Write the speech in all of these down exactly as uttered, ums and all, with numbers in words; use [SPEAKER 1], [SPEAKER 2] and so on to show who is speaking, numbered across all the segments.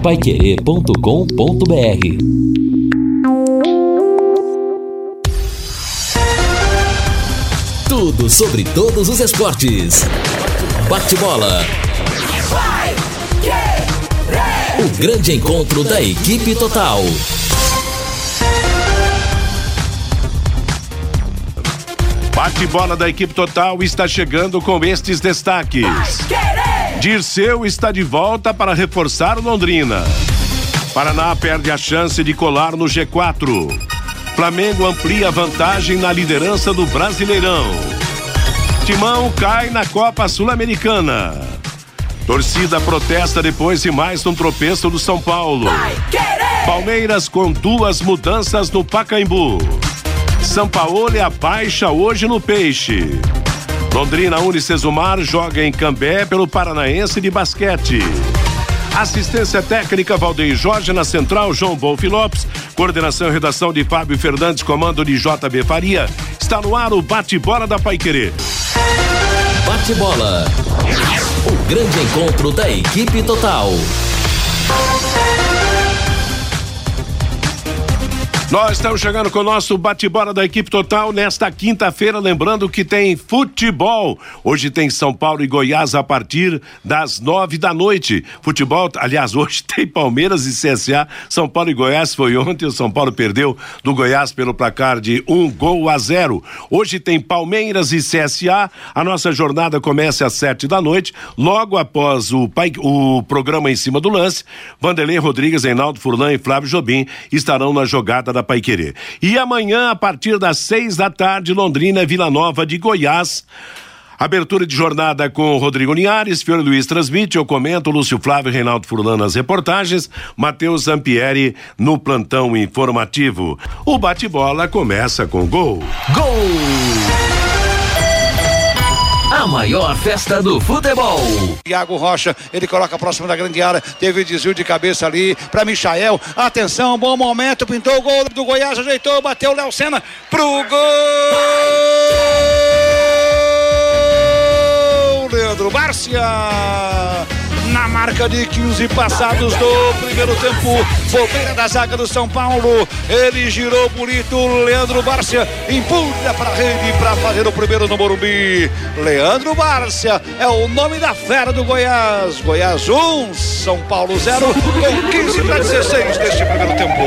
[SPEAKER 1] paiquerê ponto com ponto br. Tudo sobre todos os esportes. Bate-bola. O grande encontro da equipe total.
[SPEAKER 2] Bate-bola da equipe total está chegando com estes destaques. Dirceu está de volta para reforçar Londrina. Paraná perde a chance de colar no G quatro. Flamengo amplia a vantagem na liderança do Brasileirão. Timão cai na Copa Sul-Americana. Torcida protesta depois de mais um tropeço do São Paulo. Palmeiras com duas mudanças no Pacaembu. Sampaoli abaixa hoje no Peixe. Londrina Unicesumar joga em Cambé pelo Paranaense de basquete. Assistência técnica Valdeir Jorge, na central João Wolf Lopes. Coordenação e redação de Fábio Fernandes, comando de J B Faria. Está no ar o Bate-Bola da Paiquerê.
[SPEAKER 1] Bate-Bola. O grande encontro da equipe total.
[SPEAKER 2] Nós estamos chegando com o nosso bate-bola da equipe total nesta quinta-feira, lembrando que tem futebol. Hoje tem São Paulo e Goiás a partir das nove da noite. Futebol, aliás, hoje tem Palmeiras e C S A. São Paulo e Goiás foi ontem, o São Paulo perdeu do Goiás pelo placar de um gol a zero. Hoje tem Palmeiras e C S A. A nossa jornada começa às sete da noite, logo após o, o programa Em Cima do Lance. Vanderlei Rodrigues, Reinaldo Furlan e Flávio Jobim estarão na jogada da Paiquerê. E amanhã, a partir das seis da tarde, Londrina e Vila Nova de Goiás. Abertura de jornada com Rodrigo Linhares, Fiore Luiz transmite, eu comento, Lúcio Flávio e Reinaldo Furlan nas reportagens, Matheus Zampieri no plantão informativo. O bate-bola começa com gol.
[SPEAKER 1] Gol! A maior festa do futebol.
[SPEAKER 3] Iago Rocha, ele coloca próximo da grande área, teve desvio de cabeça ali para Michael, atenção, bom momento, pintou o gol do Goiás, ajeitou, bateu o Léo Senna pro gol, Leandro Bárcia, na marca de quinze passados do primeiro tempo, bobeira da zaga do São Paulo, ele girou bonito, Leandro Bárcia empurra para a rede para fazer o primeiro no Morumbi. Leandro Bárcia é o nome da fera do Goiás. Goiás um, São Paulo zero, com quinze para dezesseis neste primeiro tempo.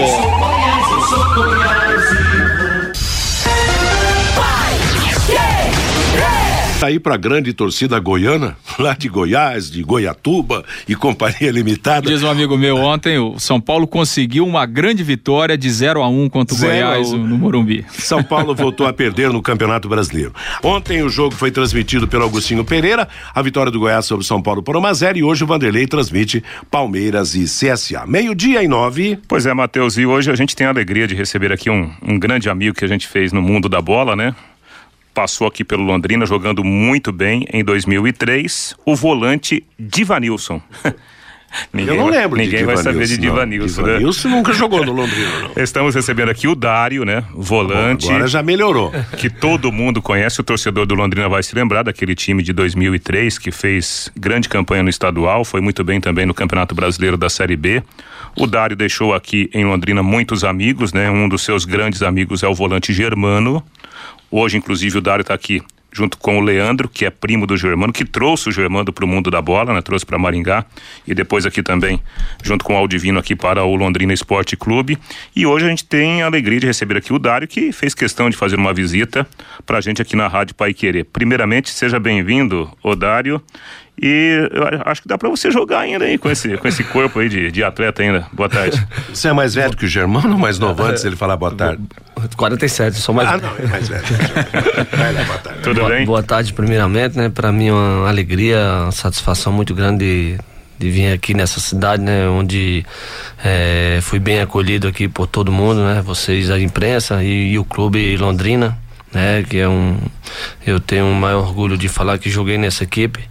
[SPEAKER 2] Tá aí pra grande torcida goiana, lá de Goiás, de Goiatuba e Companhia Limitada.
[SPEAKER 4] Diz um amigo meu ontem, o São Paulo conseguiu uma grande vitória de zero a um contra o Goiás no Morumbi.
[SPEAKER 2] São Paulo voltou a perder no Campeonato Brasileiro. Ontem o jogo foi transmitido pelo Augustinho Pereira, a vitória do Goiás sobre o São Paulo por um a zero, e hoje o Vanderlei transmite Palmeiras e C S A. Meio-dia e nove.
[SPEAKER 5] Pois é, Matheus, e hoje a gente tem a alegria de receber aqui um, um grande amigo que a gente fez no mundo da bola, né? Passou aqui pelo Londrina jogando muito bem em dois mil e três, o volante Divanilson.
[SPEAKER 2] Ninguém, eu não lembro
[SPEAKER 5] ninguém
[SPEAKER 2] de
[SPEAKER 5] vai saber de Divanilson, né?
[SPEAKER 2] Divanilson nunca jogou no Londrina, não.
[SPEAKER 5] Estamos recebendo aqui o Dário, né? Volante.
[SPEAKER 2] Bom, agora já melhorou.
[SPEAKER 5] Que todo mundo conhece, o torcedor do Londrina vai se lembrar daquele time de dois mil e três que fez grande campanha no estadual, foi muito bem também no Campeonato Brasileiro da Série B. O Dário deixou aqui em Londrina muitos amigos, né? Um dos seus grandes amigos é o volante Germano. Hoje, inclusive, o Dário está aqui junto com o Leandro, que é primo do Germano, que trouxe o Germano para o mundo da bola, né? Trouxe para Maringá, e depois aqui também, junto com o Aldivino aqui para o Londrina Esporte Clube. E hoje a gente tem a alegria de receber aqui o Dário, que fez questão de fazer uma visita para a gente aqui na Rádio Paiquerê. Primeiramente, seja bem-vindo, ô Dário. E eu acho que dá pra você jogar ainda aí com esse, com esse corpo aí de, de atleta ainda. Boa tarde.
[SPEAKER 2] Você é mais velho que o Germano ou mais novo antes dele falar boa tarde?
[SPEAKER 6] quarenta e sete, sou mais
[SPEAKER 2] Ah, não, é mais velho. Vai lá, boa tarde.
[SPEAKER 5] Tudo
[SPEAKER 6] boa,
[SPEAKER 5] bem?
[SPEAKER 6] Boa tarde, primeiramente, né? Pra mim é uma alegria, uma satisfação muito grande de, de vir aqui nessa cidade, né? Onde é, fui bem acolhido aqui por todo mundo, né? Vocês, a imprensa e, e o clube Londrina, né? Que é um... Eu tenho o maior orgulho de falar que joguei nessa equipe.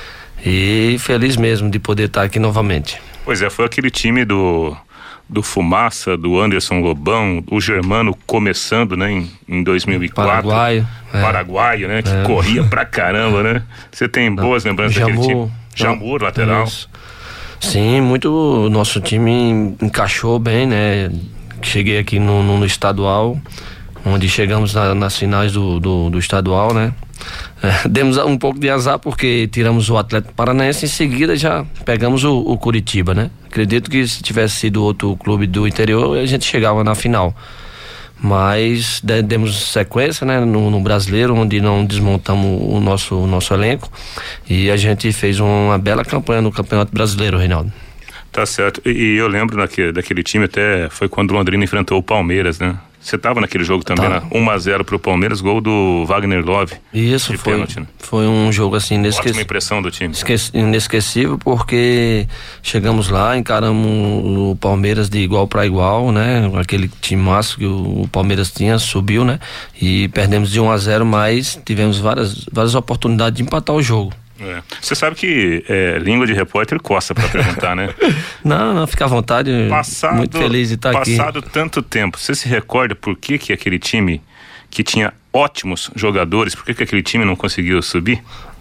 [SPEAKER 6] E feliz mesmo de poder estar aqui novamente.
[SPEAKER 5] Pois é, foi aquele time do, do Fumaça, do Anderson Lobão, o Germano começando, né, em, em dois mil e quatro.
[SPEAKER 6] Paraguaio. É.
[SPEAKER 5] Paraguaio, né, que é. corria pra caramba, né? Você tem boas lembranças
[SPEAKER 6] Jamur,
[SPEAKER 5] daquele time? Jamur, lateral.
[SPEAKER 6] Isso. Sim, muito. O nosso time encaixou bem, né? Cheguei aqui no, no, no estadual, onde chegamos na, nas finais do, do, do estadual, né? É, demos um pouco de azar porque tiramos o Atlético Paranaense, em seguida já pegamos o, o Curitiba, né? Acredito que se tivesse sido outro clube do interior, a gente chegava na final. Mas de, demos sequência, né, no, no Brasileiro, onde não desmontamos o nosso, o nosso elenco, e a gente fez uma bela campanha no Campeonato Brasileiro, Reinaldo.
[SPEAKER 5] Tá certo. E, e eu lembro daquele, daquele time, até foi quando o Londrina enfrentou o Palmeiras, né? Você estava naquele jogo também, tá. Né? um a zero pro Palmeiras, gol do Wagner Love.
[SPEAKER 6] Isso, foi, pênalti, né? Foi um jogo assim inesquecível. Ótima
[SPEAKER 5] impressão do time.
[SPEAKER 6] Inesquecível, porque chegamos lá, encaramos o Palmeiras de igual para igual, né? Aquele timaço que o Palmeiras tinha, subiu, né? E perdemos de um a zero, mas tivemos várias, várias oportunidades de empatar o jogo.
[SPEAKER 5] Você é. sabe que é, língua de repórter coça pra perguntar, né?
[SPEAKER 6] Não, não, fica à vontade. Passado, muito feliz de estar aqui.
[SPEAKER 5] Passado tanto tempo, você se recorda por que que aquele time que tinha ótimos jogadores, por que que aquele time não conseguiu subir?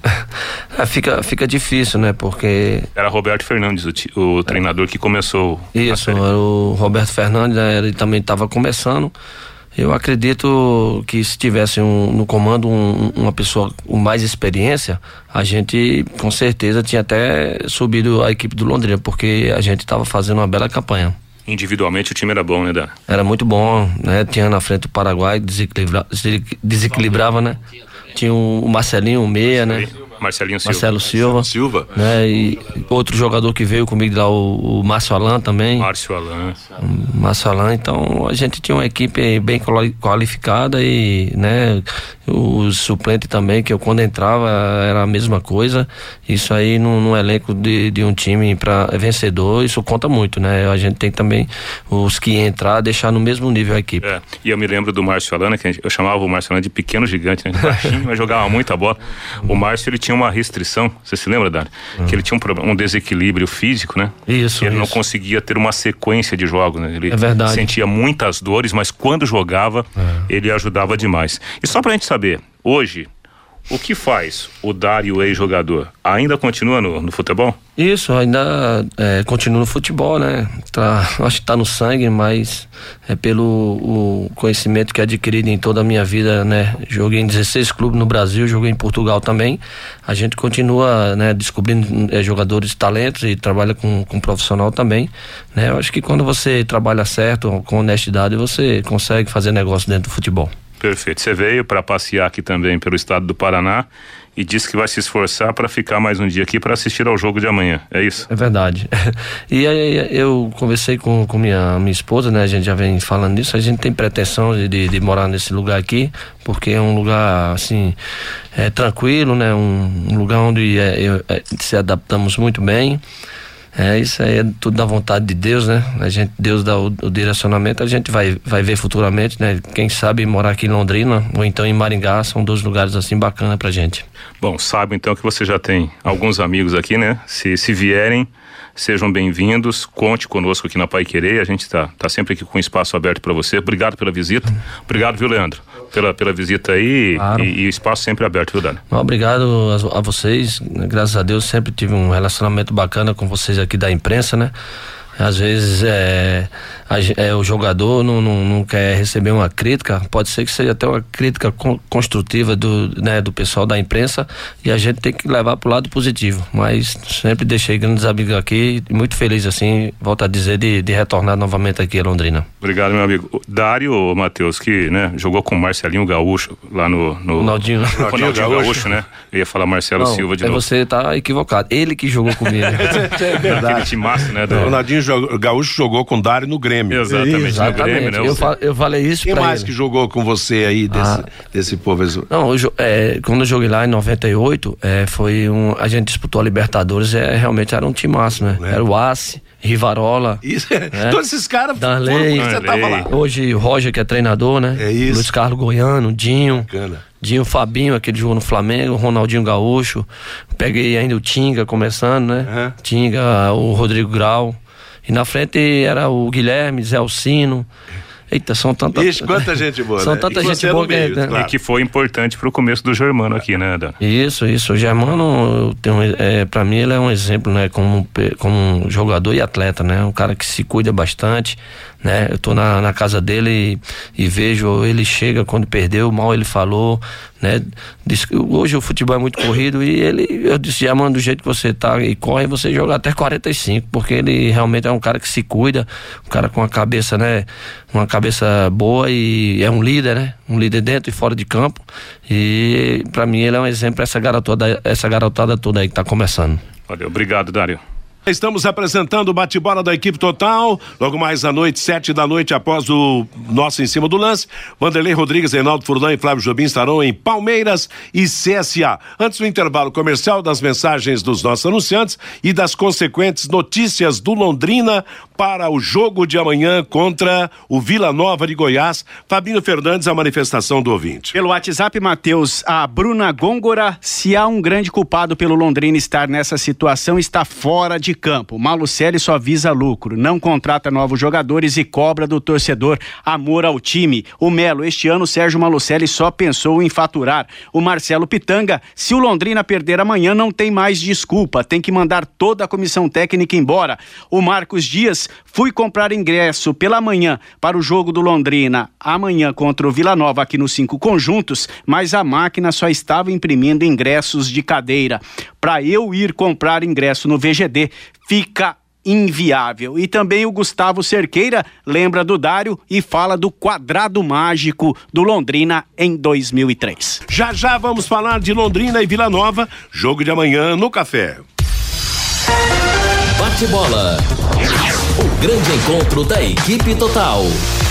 [SPEAKER 6] É, fica, fica difícil, né? Porque...
[SPEAKER 5] Era Roberto Fernandes, o, o treinador que começou.
[SPEAKER 6] Isso, era o Roberto Fernandes, né? Ele também estava começando. Eu acredito que se tivesse um, no comando um, uma pessoa com mais experiência, a gente com certeza tinha até subido a equipe do Londrina, porque a gente estava fazendo uma bela campanha.
[SPEAKER 5] Individualmente o time era bom, né, Dan?
[SPEAKER 6] Era muito bom, né? Tinha na frente o Paraguai, desequilibra, desequilibrava, né? Tinha o Marcelinho, o meia, né?
[SPEAKER 5] Marcelinho Silva.
[SPEAKER 6] Marcelo Silva.
[SPEAKER 2] Silva.
[SPEAKER 6] Né? E outro jogador que veio comigo lá, o, o Márcio Alan também.
[SPEAKER 5] Márcio Alan.
[SPEAKER 6] Márcio Alan. Então a gente tinha uma equipe bem qualificada e, né, o suplente também, que eu quando entrava era a mesma coisa. Isso aí no, no elenco de, de um time para vencedor, isso conta muito, né? A gente tem também os que entrar, deixar no mesmo nível a equipe.
[SPEAKER 5] É. E eu me lembro do Márcio Alan, né, que eu chamava o Márcio Alan de pequeno gigante, né? Baixinho, mas jogava muita bola. O Márcio, ele tinha uma restrição, você se lembra, Dário? Hum. Que ele tinha um problema, um desequilíbrio físico, né?
[SPEAKER 6] Isso.
[SPEAKER 5] E ele
[SPEAKER 6] isso.
[SPEAKER 5] não conseguia ter uma sequência de jogos, né? Ele
[SPEAKER 6] é verdade.
[SPEAKER 5] sentia muitas dores, mas quando jogava, é. ele ajudava demais. E só pra gente saber, hoje, o que faz o Dário, ex-jogador? Ainda continua no, no futebol?
[SPEAKER 6] Isso, ainda é, continua no futebol, né? Tá, acho que tá no sangue, mas é pelo o conhecimento que adquiri em toda a minha vida, né? Joguei em dezesseis clubes no Brasil, joguei em Portugal também. A gente continua, né, descobrindo é, jogadores de talentos e trabalha com, com profissional também, né? Eu acho que quando você trabalha certo, com honestidade, você consegue fazer negócio dentro do futebol.
[SPEAKER 5] Perfeito. Você veio para passear aqui também pelo estado do Paraná e disse que vai se esforçar para ficar mais um dia aqui para assistir ao jogo de amanhã, é isso?
[SPEAKER 6] É verdade. E aí eu conversei com, com minha, minha esposa, né? A gente já vem falando nisso, a gente tem pretensão de, de, de morar nesse lugar aqui, porque é um lugar, assim, é, tranquilo, né? Um, um lugar onde é, é, se adaptamos muito bem. É, isso aí é tudo da vontade de Deus, né? A gente, Deus dá o, o direcionamento, a gente vai, vai ver futuramente, né? Quem sabe morar aqui em Londrina ou então em Maringá, são dois lugares assim bacanas pra gente.
[SPEAKER 5] Bom, sabe então que você já tem alguns amigos aqui, né? Se, se vierem, sejam bem-vindos, conte conosco aqui na Paiquerê, a gente tá, tá sempre aqui com o espaço aberto para você. Obrigado pela visita. Obrigado, viu, Leandro? Pela, pela visita aí, claro. e, e o espaço sempre aberto, viu, Dani?
[SPEAKER 6] Obrigado a, a vocês, graças a Deus sempre tive um relacionamento bacana com vocês aqui da imprensa, né? Às vezes é, a, é, o jogador não, não, não quer receber uma crítica, pode ser que seja até uma crítica con, construtiva do, né, do pessoal da imprensa, e a gente tem que levar pro lado positivo, mas sempre deixei grandes amigos aqui, muito feliz assim, volto a dizer, de, de retornar novamente aqui a Londrina.
[SPEAKER 5] Obrigado, meu amigo. Dário, Matheus, que, né, jogou com o Marcelinho Gaúcho lá no... no...
[SPEAKER 6] Naldinho.
[SPEAKER 5] O Naldinho Gaúcho, né? Eu ia falar Marcelo não, Silva de
[SPEAKER 6] é
[SPEAKER 5] novo.
[SPEAKER 6] Você tá equivocado, ele que jogou comigo.
[SPEAKER 2] É verdade.
[SPEAKER 5] Aquele timaço, né? Do...
[SPEAKER 2] O Naldinho Gaúcho jogou com o Dário no Grêmio.
[SPEAKER 5] Exatamente,
[SPEAKER 6] Exatamente.
[SPEAKER 5] no Grêmio, né?
[SPEAKER 6] Eu, fa eu falei isso
[SPEAKER 2] Quem
[SPEAKER 6] pra
[SPEAKER 2] mais
[SPEAKER 6] ele.
[SPEAKER 2] que jogou com você aí desse, ah. desse povo?
[SPEAKER 6] Não, eu, é, quando eu joguei lá em noventa e oito, é, foi um, a gente disputou a Libertadores, é, realmente era um timaço, né? É. Era o Assi, Rivarola.
[SPEAKER 2] Isso, né? Todos esses caras
[SPEAKER 6] foram
[SPEAKER 2] porque você tava lá.
[SPEAKER 6] Hoje o Roger, que é treinador, né?
[SPEAKER 2] É isso.
[SPEAKER 6] Luiz Carlos Goiano, Dinho.
[SPEAKER 2] Bacana.
[SPEAKER 6] Dinho Fabinho, aquele jogou no Flamengo, Ronaldinho Gaúcho. Peguei ainda o Tinga começando, né? Uhum. Tinga, o Rodrigo Grau. E na frente era o Guilherme, Zé Alcino, Eita, são tantas...
[SPEAKER 2] Ixi, quanta gente boa,
[SPEAKER 6] São
[SPEAKER 2] né?
[SPEAKER 6] tanta
[SPEAKER 2] E
[SPEAKER 6] gente
[SPEAKER 2] você
[SPEAKER 6] boa
[SPEAKER 2] no
[SPEAKER 6] que...
[SPEAKER 2] meio,
[SPEAKER 6] né?
[SPEAKER 2] claro.
[SPEAKER 5] E que foi importante pro começo do Germano aqui, né, Dan?
[SPEAKER 6] Isso, isso. O Germano, eu tenho, é, pra mim, ele é um exemplo, né? Como, como um jogador e atleta, né? Um cara que se cuida bastante, né? Eu tô na, na casa dele e, e vejo, ele chega quando perdeu, mal ele falou, né? Diz que hoje o futebol é muito corrido e ele, eu disse, Germano, do jeito que você tá e corre, você joga até quarenta e cinco, porque ele realmente é um cara que se cuida, um cara com a cabeça, né? Uma cabeça boa e é um líder, né? Um líder dentro e fora de campo. E pra mim ele é um exemplo, essa garotada, essa garotada toda aí que tá começando.
[SPEAKER 5] Valeu, obrigado, Dário.
[SPEAKER 2] Estamos apresentando o bate-bola da equipe total, logo mais à noite, sete da noite, após o nosso Em Cima do Lance. Vanderlei Rodrigues, Reinaldo Furlan e Flávio Jobim estarão em Palmeiras e C S A. Antes do intervalo comercial, das mensagens dos nossos anunciantes e das consequentes notícias do Londrina para o jogo de amanhã contra o Vila Nova de Goiás. Fabinho Fernandes, a manifestação do ouvinte.
[SPEAKER 7] Pelo WhatsApp, Matheus, a Bruna Gôngora, se há um grande culpado pelo Londrina estar nessa situação, está fora de campo. Malucelli só visa lucro, não contrata novos jogadores e cobra do torcedor amor ao time. O Melo, este ano, Sérgio Malucelli só pensou em faturar. O Marcelo Pitanga, se o Londrina perder amanhã, não tem mais desculpa, tem que mandar toda a comissão técnica embora. O Marcos Dias, fui comprar ingresso pela manhã para o jogo do Londrina, amanhã contra o Vila Nova aqui nos cinco conjuntos, mas a máquina só estava imprimindo ingressos de cadeira. Para eu ir comprar ingresso no V G D, fica inviável. E também o Gustavo Cerqueira lembra do Dário e fala do quadrado mágico do Londrina em dois mil e três.
[SPEAKER 2] Já já vamos falar de Londrina e Vila Nova, jogo de amanhã no Café.
[SPEAKER 1] Bate-bola. O grande encontro da equipe total.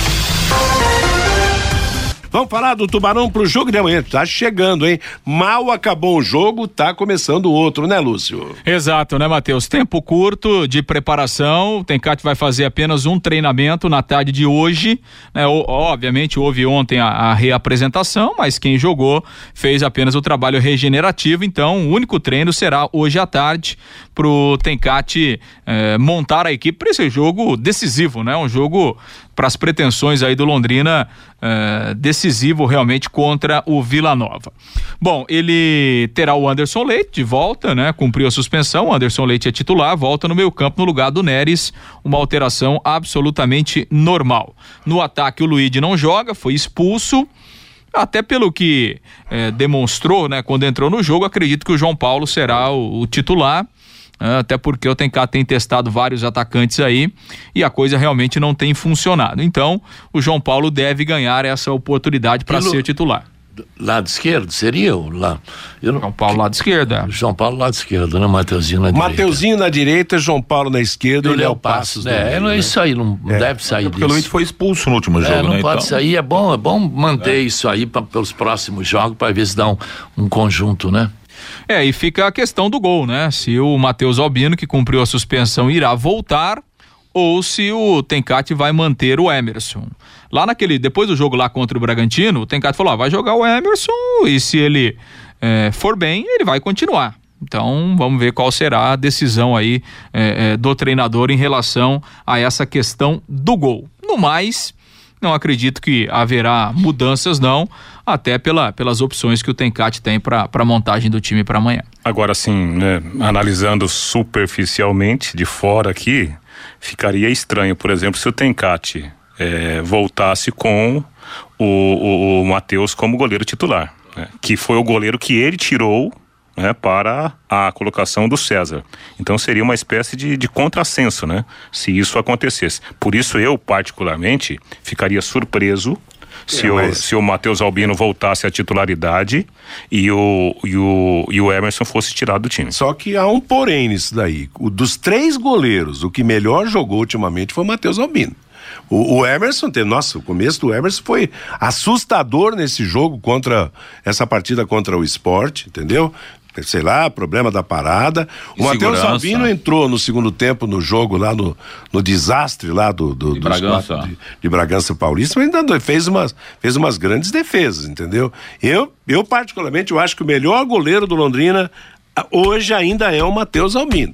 [SPEAKER 2] Vamos falar do Tubarão pro jogo de amanhã. Tá chegando, hein? Mal acabou o jogo, tá começando o outro, né, Lúcio?
[SPEAKER 4] Exato, né, Matheus? Tempo curto de preparação. O Tencate vai fazer apenas um treinamento na tarde de hoje. Né? O, obviamente, houve ontem a, a reapresentação, mas quem jogou fez apenas o trabalho regenerativo. Então, o único treino será hoje à tarde pro Tencate eh, montar a equipe para esse jogo decisivo, né? Um jogo para as pretensões aí do Londrina, uh, decisivo realmente contra o Vila Nova. Bom, ele terá o Anderson Leite de volta, né? Cumpriu a suspensão, o Anderson Leite é titular, volta no meio campo no lugar do Neres, uma alteração absolutamente normal. No ataque o Luigi não joga, foi expulso, até pelo que eh, demonstrou, né? Quando entrou no jogo, acredito que o João Paulo será o, o titular, até porque o Tencate tem testado vários atacantes aí e a coisa realmente não tem funcionado. Então, o João Paulo deve ganhar essa oportunidade para ser titular.
[SPEAKER 8] Lado esquerdo seria o lá. Eu não...
[SPEAKER 4] João Paulo lado esquerdo, é.
[SPEAKER 8] João Paulo lado esquerdo, né? Mateuzinho na direita.
[SPEAKER 2] Mateuzinho na direita, João Paulo na esquerda e o Léo Passos.
[SPEAKER 8] É, é,
[SPEAKER 2] né?
[SPEAKER 8] Isso aí não é. deve sair
[SPEAKER 9] é porque disso. O Luiz foi expulso no último jogo,
[SPEAKER 8] é, não
[SPEAKER 9] né?
[SPEAKER 8] pode
[SPEAKER 9] então...
[SPEAKER 8] sair, é bom, é bom manter é. isso aí pra, pelos próximos jogos para ver se dá um, um conjunto, né?
[SPEAKER 4] É, e fica a questão do gol, né? Se o Matheus Albino, que cumpriu a suspensão, irá voltar ou se o Tencate vai manter o Emerson. Lá naquele, depois do jogo lá contra o Bragantino, o Tencate falou, ah, vai jogar o Emerson e se ele é, for bem, ele vai continuar. Então, vamos ver qual será a decisão aí é, é, do treinador em relação a essa questão do gol. No mais, não acredito que haverá mudanças não, até pela, pelas opções que o Tencate tem para a montagem do time para amanhã.
[SPEAKER 5] Agora sim, né, analisando superficialmente de fora aqui, ficaria estranho, por exemplo, se o Tencate é, voltasse com o, o, o Matheus como goleiro titular, né, que foi o goleiro que ele tirou, né, para a colocação do César. Então seria uma espécie de, de contrassenso, né, se isso acontecesse. Por isso eu, particularmente, ficaria surpreso se, é, mas... o, se o Matheus Albino voltasse à titularidade e o, e, o, e o Emerson fosse tirado do time.
[SPEAKER 2] Só que há um porém nisso daí. O, dos três goleiros, o que melhor jogou ultimamente foi o Matheus Albino. O, o Emerson, tem, nossa, o começo do Emerson foi assustador nesse jogo contra, essa partida contra o Sport, entendeu? Sei lá, problema da parada. O Matheus Albino entrou no segundo tempo no jogo lá no, no desastre lá do, do,
[SPEAKER 9] de,
[SPEAKER 2] dos
[SPEAKER 9] Bragança.
[SPEAKER 2] Quatro, de, de Bragança Paulista, mas ainda fez umas, fez umas grandes defesas, entendeu? Eu, eu particularmente, eu acho que o melhor goleiro do Londrina hoje ainda é o Matheus Albino.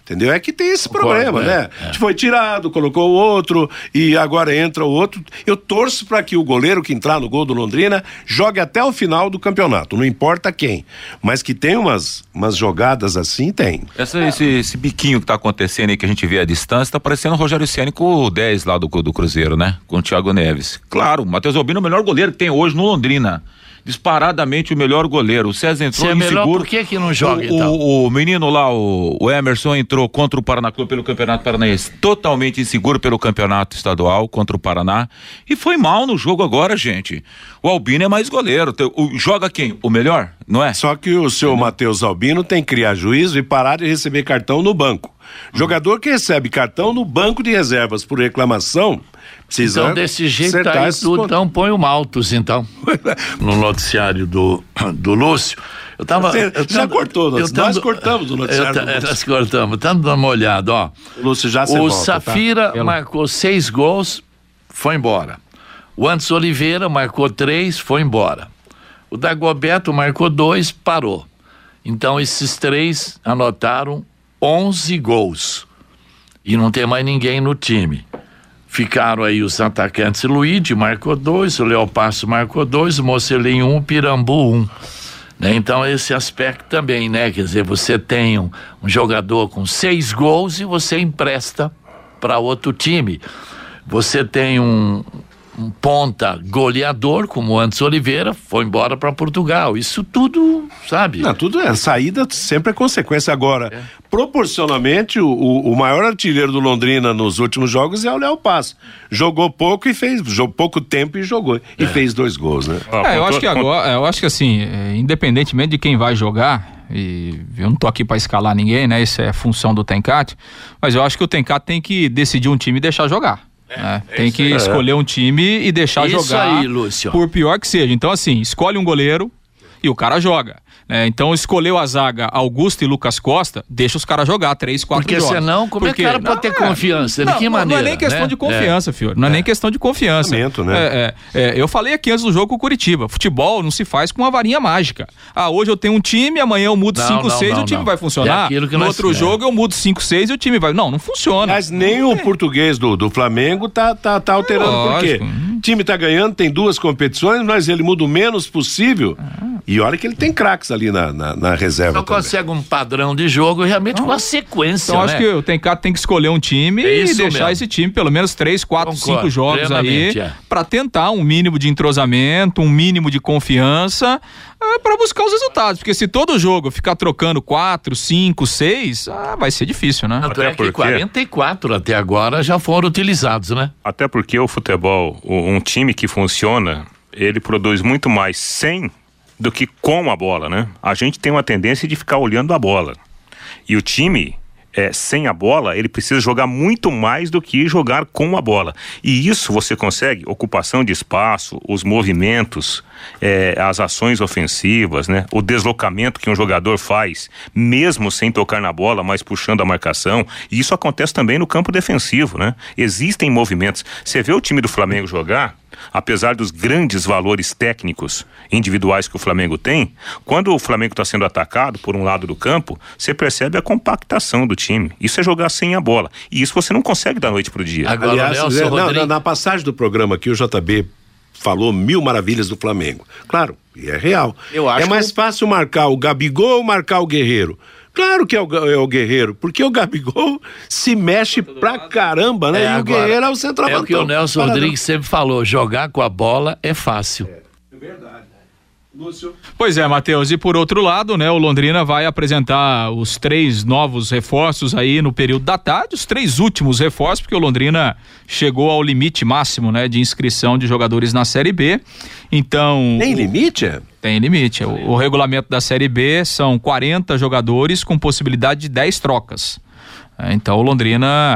[SPEAKER 2] Entendeu? É que tem esse
[SPEAKER 8] Concordo,
[SPEAKER 2] problema,
[SPEAKER 8] é,
[SPEAKER 2] né?
[SPEAKER 8] é.
[SPEAKER 2] Foi tirado, colocou o outro e agora entra o outro. Eu torço para que o goleiro que entrar no gol do Londrina jogue até o final do campeonato, não importa quem. Mas que tem umas, umas jogadas assim, tem.
[SPEAKER 9] Essa, esse, esse biquinho que tá acontecendo aí, que a gente vê à distância, tá parecendo o Rogério Ceni com o dez lá do, do Cruzeiro, né? Com o Thiago Neves. Claro, o Matheus Albino é o melhor goleiro que tem hoje no Londrina. Disparadamente o melhor goleiro. O César entrou
[SPEAKER 8] Se é melhor,
[SPEAKER 9] inseguro.
[SPEAKER 8] por que que não joga,
[SPEAKER 9] o,
[SPEAKER 8] então?
[SPEAKER 9] O, o menino lá, o, o Emerson, entrou contra o Paraná Clube pelo Campeonato Paranaense, totalmente inseguro pelo Campeonato Estadual contra o Paraná, e foi mal no jogo agora, gente. O Albino é mais goleiro. O, joga quem? O melhor, não é?
[SPEAKER 2] Só que o seu Matheus Albino tem que criar juízo e parar de receber cartão no banco. Jogador que recebe cartão no banco de reservas por reclamação, precisa
[SPEAKER 8] Então, desse jeito tá
[SPEAKER 2] acertar
[SPEAKER 8] aí
[SPEAKER 2] esses
[SPEAKER 8] tudo,
[SPEAKER 2] pontos.
[SPEAKER 8] então põe o Maltos, então. No noticiário do, do Lúcio. Eu tava.
[SPEAKER 2] Você
[SPEAKER 8] eu
[SPEAKER 2] já
[SPEAKER 8] tando-
[SPEAKER 2] cortou, nós-
[SPEAKER 8] eu tando-
[SPEAKER 2] nós cortamos o noticiário
[SPEAKER 8] eu ta-
[SPEAKER 2] do Lúcio.
[SPEAKER 8] Nós cortamos, tanto dando uma olhada, ó.
[SPEAKER 2] Lúcio, já você
[SPEAKER 8] O
[SPEAKER 2] volta,
[SPEAKER 8] Safira
[SPEAKER 2] tá?
[SPEAKER 8] marcou seis gols, foi embora. O Anderson Oliveira marcou três, foi embora. O Dagoberto marcou dois, parou. Então, esses três anotaram onze gols. E não tem mais ninguém no time. Ficaram aí os atacantes. Luíde marcou dois, o Léo Passo marcou dois, o Mocelinho um, o Pirambu um. Né? Então, esse aspecto também, né? Quer dizer, você tem um, um jogador com seis gols e você empresta para outro time. Você tem um, um ponta goleador, como o Anderson Oliveira, foi embora para Portugal. Isso tudo, sabe?
[SPEAKER 2] Não, tudo é. Saída sempre é consequência. Agora, é. proporcionalmente, o, o, o maior artilheiro do Londrina nos últimos jogos é o Léo Passo. Jogou pouco e fez, jogou pouco tempo e jogou. E é. fez dois gols, né?
[SPEAKER 4] É, eu acho que agora, eu acho que assim, é, independentemente de quem vai jogar, e eu não tô aqui para escalar ninguém, né? Isso é função do Tenkat, mas eu acho que o Tenkat tem que decidir um time e deixar jogar. É, né? é Tem que aí. escolher um time e deixar
[SPEAKER 8] isso
[SPEAKER 4] jogar,
[SPEAKER 8] aí, Lúcio.
[SPEAKER 4] Por pior que seja. Então, assim, escolhe um goleiro e o cara joga. É, então, escolheu a zaga Augusto e Lucas Costa, deixa os caras jogar três, quatro
[SPEAKER 8] Porque
[SPEAKER 4] jogos.
[SPEAKER 8] Porque senão, como
[SPEAKER 4] Porque,
[SPEAKER 8] é que o cara pode ter
[SPEAKER 4] não,
[SPEAKER 8] confiança?
[SPEAKER 4] Não,
[SPEAKER 8] de que
[SPEAKER 4] não,
[SPEAKER 8] maneira?
[SPEAKER 4] não é nem questão
[SPEAKER 8] né?
[SPEAKER 4] de confiança,
[SPEAKER 8] é.
[SPEAKER 4] Fiore. Não é, é nem questão de confiança.
[SPEAKER 2] Lamento, né?
[SPEAKER 4] É, é, é, eu falei aqui antes do jogo com o Curitiba. Futebol não se faz com uma varinha mágica. Ah, hoje eu tenho um time, amanhã eu mudo cinco, seis e o time
[SPEAKER 8] não.
[SPEAKER 4] vai funcionar.
[SPEAKER 8] É aquilo que
[SPEAKER 4] no
[SPEAKER 8] nós,
[SPEAKER 4] outro
[SPEAKER 8] é.
[SPEAKER 4] jogo eu mudo cinco, seis e o time vai... Não, não funciona.
[SPEAKER 2] Mas nem
[SPEAKER 4] não
[SPEAKER 2] o
[SPEAKER 4] é.
[SPEAKER 2] português do, do Flamengo tá, tá, tá alterando.
[SPEAKER 4] Lógico.
[SPEAKER 2] Por quê? O time tá ganhando, tem duas competições, mas ele muda o menos possível. Ah. E olha que ele tem craques ali na, na, na reserva.
[SPEAKER 8] Não consegue um padrão de jogo realmente não. com a sequência.
[SPEAKER 4] Então
[SPEAKER 8] né?
[SPEAKER 4] acho que o Tenkat tem que escolher um time
[SPEAKER 8] é
[SPEAKER 4] e deixar
[SPEAKER 8] mesmo.
[SPEAKER 4] esse time pelo menos três, quatro,
[SPEAKER 8] Concordo,
[SPEAKER 4] cinco jogos aí
[SPEAKER 8] é.
[SPEAKER 4] para tentar um mínimo de entrosamento, um mínimo de confiança é, para buscar os resultados. Porque se todo jogo ficar trocando quatro, cinco, seis, ah, vai ser difícil, né?
[SPEAKER 8] Tanto é que quarenta e quatro até agora já foram utilizados, né?
[SPEAKER 5] Até porque o futebol, um time que funciona, ele produz muito mais sem do que com a bola, né? A gente tem uma tendência de ficar olhando a bola. E o time, é, sem a bola, ele precisa jogar muito mais do que jogar com a bola. E isso você consegue, ocupação de espaço, os movimentos, é, as ações ofensivas, né? O deslocamento que um jogador faz, mesmo sem tocar na bola, mas puxando a marcação. E isso acontece também no campo defensivo, né? Existem movimentos. Você vê o time do Flamengo jogar, apesar dos grandes valores técnicos individuais que o Flamengo tem, quando o Flamengo está sendo atacado por um lado do campo, você percebe a compactação do time. Isso é jogar sem a bola. E isso você não consegue da noite pro dia.
[SPEAKER 2] Agora, Aliás, Nelson, é, na, na, na passagem do programa aqui, o J B falou mil maravilhas do Flamengo. Claro, e é real.
[SPEAKER 7] Eu acho
[SPEAKER 2] é mais que... fácil marcar o Gabigol ou marcar o Guerreiro? Claro que é o, é o Guerreiro, porque o Gabigol se mexe pra caramba, né?
[SPEAKER 8] É,
[SPEAKER 2] e
[SPEAKER 8] agora,
[SPEAKER 2] o Guerreiro é o centroavantão.
[SPEAKER 8] É o que o Nelson Paradão. Rodrigues sempre falou, jogar com a bola é fácil.
[SPEAKER 2] É, é verdade. Lúcio.
[SPEAKER 4] Pois é, Matheus, e por outro lado, né, o Londrina vai apresentar os três novos reforços aí no período da tarde, os três últimos reforços, porque o Londrina chegou ao limite máximo, né, de inscrição de jogadores na Série B, então...
[SPEAKER 2] Tem limite, é?
[SPEAKER 4] Tem limite, o, o regulamento da Série B são quarenta jogadores com possibilidade de dez trocas. Então o Londrina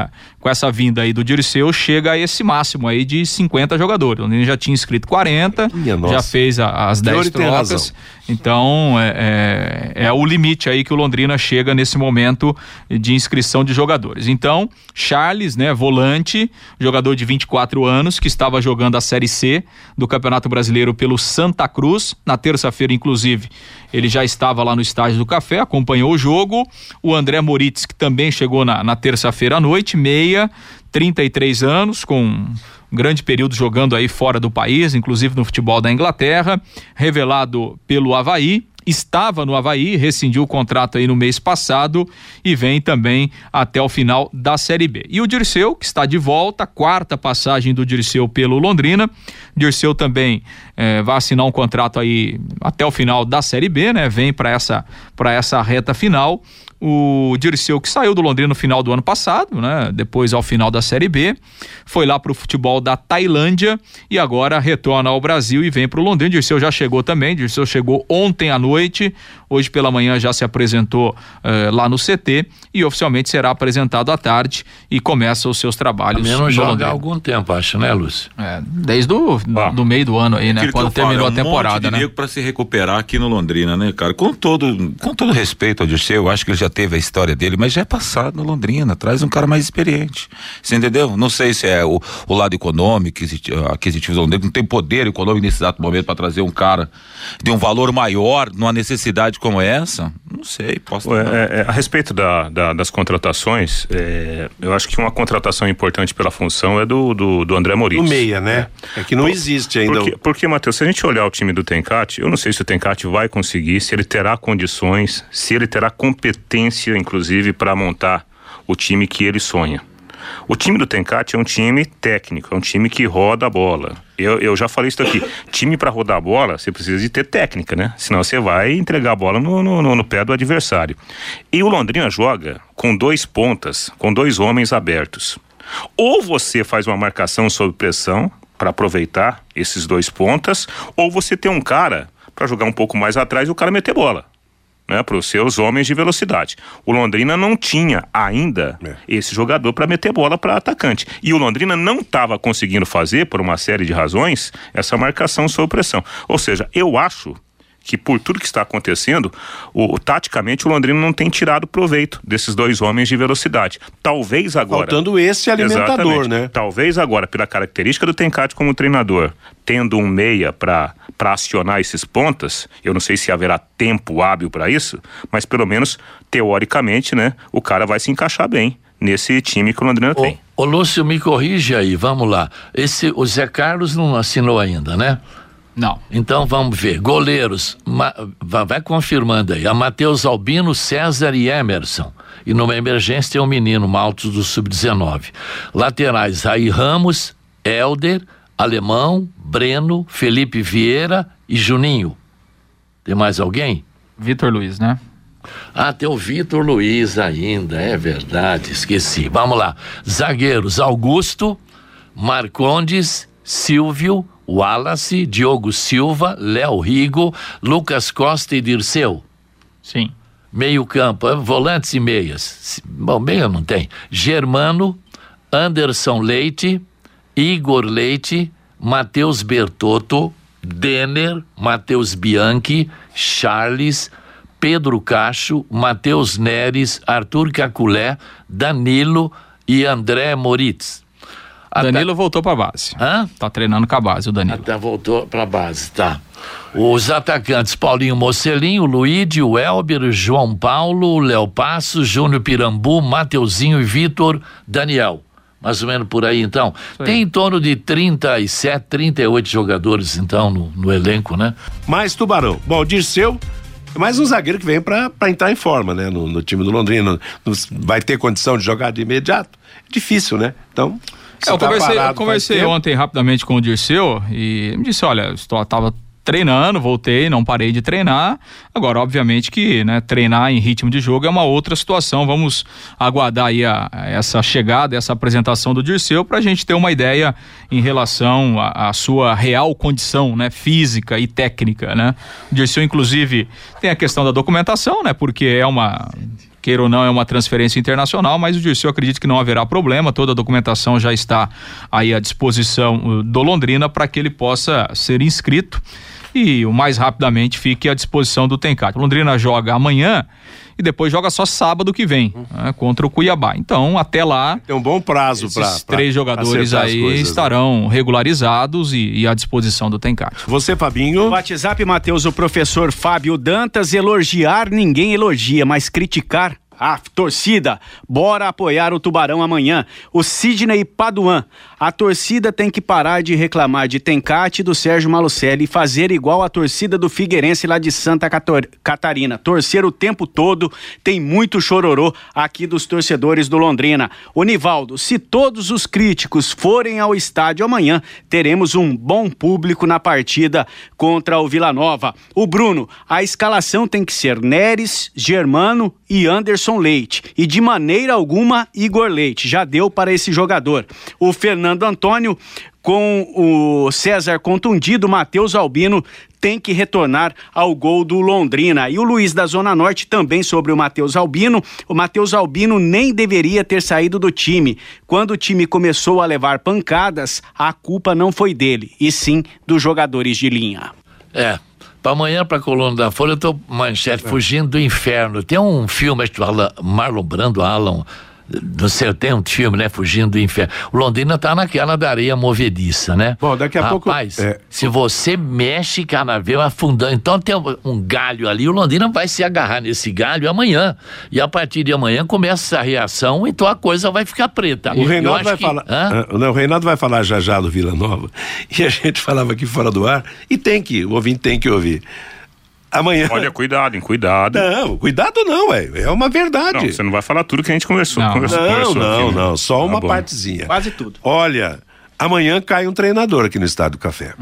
[SPEAKER 4] com essa vinda aí do Dirceu, chega a esse máximo aí de cinquenta jogadores. O Londrina já tinha inscrito quarenta,
[SPEAKER 2] Minha
[SPEAKER 4] já
[SPEAKER 2] nossa.
[SPEAKER 4] fez a, as dez trocas. Então, é, é, é o limite aí que o Londrina chega nesse momento de inscrição de jogadores. Então, Charles, né, volante, jogador de vinte e quatro anos, que estava jogando a Série C do Campeonato Brasileiro pelo Santa Cruz. Na terça-feira, inclusive, ele já estava lá no Estádio do Café, acompanhou o jogo. O André Moritz, que também chegou na, na terça-feira à noite, meia, trinta e três anos, com um grande período jogando aí fora do país, inclusive no futebol da Inglaterra, revelado pelo Avaí. Estava no Avaí, rescindiu o contrato aí no mês passado e vem também até o final da Série B. E o Dirceu, que está de volta, quarta passagem do Dirceu pelo Londrina. Dirceu também eh, vai assinar um contrato aí até o final da Série B, né? Vem para essa, para essa reta final. O Dirceu, que saiu do Londrina no final do ano passado, né? Depois ao final da Série B, foi lá pro futebol da Tailândia e agora retorna ao Brasil e vem pro Londrina. Dirceu já chegou também, Dirceu chegou ontem à noite, hoje pela manhã já se apresentou eh, lá no C T e oficialmente será apresentado à tarde e começa os seus trabalhos.
[SPEAKER 8] Também não joga há algum tempo, acho, né, Lúcio?
[SPEAKER 4] É, desde o ah, do meio do ano aí, né? Quando terminou
[SPEAKER 9] falo, é um
[SPEAKER 4] a temporada,
[SPEAKER 9] monte de
[SPEAKER 4] né?
[SPEAKER 9] nego pra se recuperar aqui no Londrina, né, cara? Com todo, com todo respeito ao Dirceu, eu acho que ele já teve a história dele, mas já é passado no Londrina, traz um cara mais experiente, você entendeu? Não sei se é o, o lado econômico, aquisitivo do Londrina, não tem poder econômico nesse exato momento para trazer um cara de um valor maior numa necessidade como essa, não sei, posso...
[SPEAKER 5] É, é, a respeito da, da, das contratações, é, eu acho que uma contratação importante pela função é do, do, do André Moritz.
[SPEAKER 2] No meia, né? É, é que não Por, existe ainda.
[SPEAKER 5] Porque, porque, Matheus, se a gente olhar o time do Tencati, eu não sei se o Tencati vai conseguir, se ele terá condições, se ele terá competência, inclusive, para montar o time que ele sonha. O time do Tencati é um time técnico, é um time que roda a bola. Eu, eu já falei isso aqui, time para rodar a bola, você precisa de ter técnica, né? Senão você vai entregar a bola no, no, no pé do adversário. E o Londrina joga com dois pontas, com dois homens abertos. Ou você faz uma marcação sob pressão para aproveitar esses dois pontas, ou você tem um cara para jogar um pouco mais atrás e o cara meter bola, né, para os seus homens de velocidade. O Londrina não tinha ainda é. esse jogador para meter bola para atacante. E o Londrina não estava conseguindo fazer, por uma série de razões, essa marcação sob pressão. Ou seja, eu acho que por tudo que está acontecendo, o, o, taticamente o Londrina não tem tirado proveito desses dois homens de velocidade. Talvez agora...
[SPEAKER 2] Faltando esse alimentador, né?
[SPEAKER 5] Talvez agora, pela característica do Tencati como treinador, tendo um meia para para acionar esses pontas, eu não sei se haverá tempo hábil para isso, mas pelo menos, teoricamente, né, o cara vai se encaixar bem nesse time que o Londrina
[SPEAKER 8] ô,
[SPEAKER 5] tem.
[SPEAKER 8] Ô Lúcio, me corrige aí, vamos lá. Esse, o Zé Carlos não assinou ainda, né?
[SPEAKER 4] Não.
[SPEAKER 8] Então vamos ver. Goleiros, ma, vai, vai confirmando aí. A Matheus Albino, César e Emerson. E numa emergência tem um menino Maltos do sub dezenove. Laterais, Raí Ramos, Helder, Alemão, Breno, Felipe Vieira e Juninho. Tem mais alguém?
[SPEAKER 4] Vitor Luiz, né?
[SPEAKER 8] Ah, tem o Vitor Luiz ainda, é verdade, esqueci. Vamos lá. Zagueiros, Augusto, Marcondes, Silvio, Wallace, Diogo Silva, Léo Rigo, Lucas Costa e Dirceu.
[SPEAKER 4] Sim.
[SPEAKER 8] Meio campo, volantes e meias. Bom, meia não tem. Germano, Anderson Leite, Igor Leite, Matheus Bertotto, Denner, Matheus Bianchi, Charles, Pedro Cacho, Matheus Neres, Arthur Caculé, Danilo e André Moritz.
[SPEAKER 4] Danilo Ata... voltou pra base.
[SPEAKER 8] Hã?
[SPEAKER 4] Tá treinando com a base, o Danilo.
[SPEAKER 8] Até voltou pra base, tá. Os atacantes, Paulinho Mocelinho, Luíde, o Elber, João Paulo, Léo Passos, Júnior Pirambu, Mateuzinho e Vitor Daniel. Mais ou menos por aí, então. Sim. Tem em torno de trinta e sete, trinta e oito jogadores, então, no, no elenco, né?
[SPEAKER 2] Mais Tubarão. Bom, o Dirceu, mais um zagueiro que vem pra, pra entrar em forma, né? No, no time do Londrina. No, vai ter condição de jogar de imediato? Difícil, né? Então...
[SPEAKER 4] É, eu,
[SPEAKER 2] tá
[SPEAKER 4] conversei,
[SPEAKER 2] parado,
[SPEAKER 4] eu conversei ontem rapidamente com o Dirceu e me disse, olha, estou, tava treinando, voltei, não parei de treinar. Agora, obviamente que, né, treinar em ritmo de jogo é uma outra situação. Vamos aguardar aí a, a essa chegada, essa apresentação do Dirceu para a gente ter uma ideia em relação à sua real condição, né, física e técnica, né? O Dirceu, inclusive, tem a questão da documentação, né, porque é uma... queira ou não, é uma transferência internacional, mas o Dirceu acredita que não haverá problema, toda a documentação já está aí à disposição do Londrina para que ele possa ser inscrito e o mais rapidamente fique à disposição do Tenkat. Londrina joga amanhã e depois joga só sábado que vem, uhum. né, contra o Cuiabá. Então, até lá...
[SPEAKER 2] Tem um bom prazo para...
[SPEAKER 4] Esses pra, três jogadores aí coisas, estarão, né, regularizados e, e à disposição do Tenkat.
[SPEAKER 2] Você, Fabinho?
[SPEAKER 7] No WhatsApp, Matheus, o professor Fábio Dantas, elogiar ninguém elogia, mas criticar... Ah, torcida, bora apoiar o Tubarão amanhã. O Sidney Paduan, a torcida tem que parar de reclamar de Tenkat e do Sérgio Malucelli e fazer igual a torcida do Figueirense lá de Santa Catarina. Torcer o tempo todo, tem muito chororô aqui dos torcedores do Londrina. O Nivaldo, se todos os críticos forem ao estádio amanhã, teremos um bom público na partida contra o Vila Nova. O Bruno, a escalação tem que ser Neres, Germano e Anderson Leite, e de maneira alguma Igor Leite, já deu para esse jogador. O Fernando Antônio, com o César contundido, Matheus Albino tem que retornar ao gol do Londrina. E o Luiz da Zona Norte também sobre o Matheus Albino. O Matheus Albino nem deveria ter saído do time. Quando o time começou a levar pancadas, a culpa não foi dele, e sim dos jogadores de linha.
[SPEAKER 8] É. Para amanhã, para a coluna da Folha, eu tô manchete, é. Fugindo do Inferno. Tem um filme, acho que Marlon Brando, Alan, não sei, tem um filme, né? Fugindo do Inferno. O Londrina tá naquela da areia movediça, né?
[SPEAKER 2] Bom, daqui a
[SPEAKER 8] Rapaz,
[SPEAKER 2] pouco...
[SPEAKER 8] Rapaz, é... se você mexe, cara, vê afundando. Então tem um, um galho ali, o Londrina vai se agarrar nesse galho amanhã. E a partir de amanhã começa essa reação, então a coisa vai ficar preta.
[SPEAKER 2] O Reinaldo vai que... falar... Não, o Reinaldo vai falar já já do Vila Nova. E a gente falava aqui fora do ar, e tem que, o ouvinte tem que ouvir. Amanhã.
[SPEAKER 5] Olha, cuidado, hein? Cuidado.
[SPEAKER 2] Não, cuidado não, é, é uma verdade.
[SPEAKER 5] Não, você não vai falar tudo que a gente conversou.
[SPEAKER 2] Não,
[SPEAKER 5] conversou,
[SPEAKER 2] não,
[SPEAKER 5] conversou
[SPEAKER 2] não,
[SPEAKER 5] aqui,
[SPEAKER 2] não,
[SPEAKER 5] né?
[SPEAKER 2] só
[SPEAKER 5] tá
[SPEAKER 2] uma
[SPEAKER 5] bom.
[SPEAKER 2] partezinha.
[SPEAKER 7] Quase tudo.
[SPEAKER 2] Olha, amanhã cai um treinador aqui no Estádio do Café.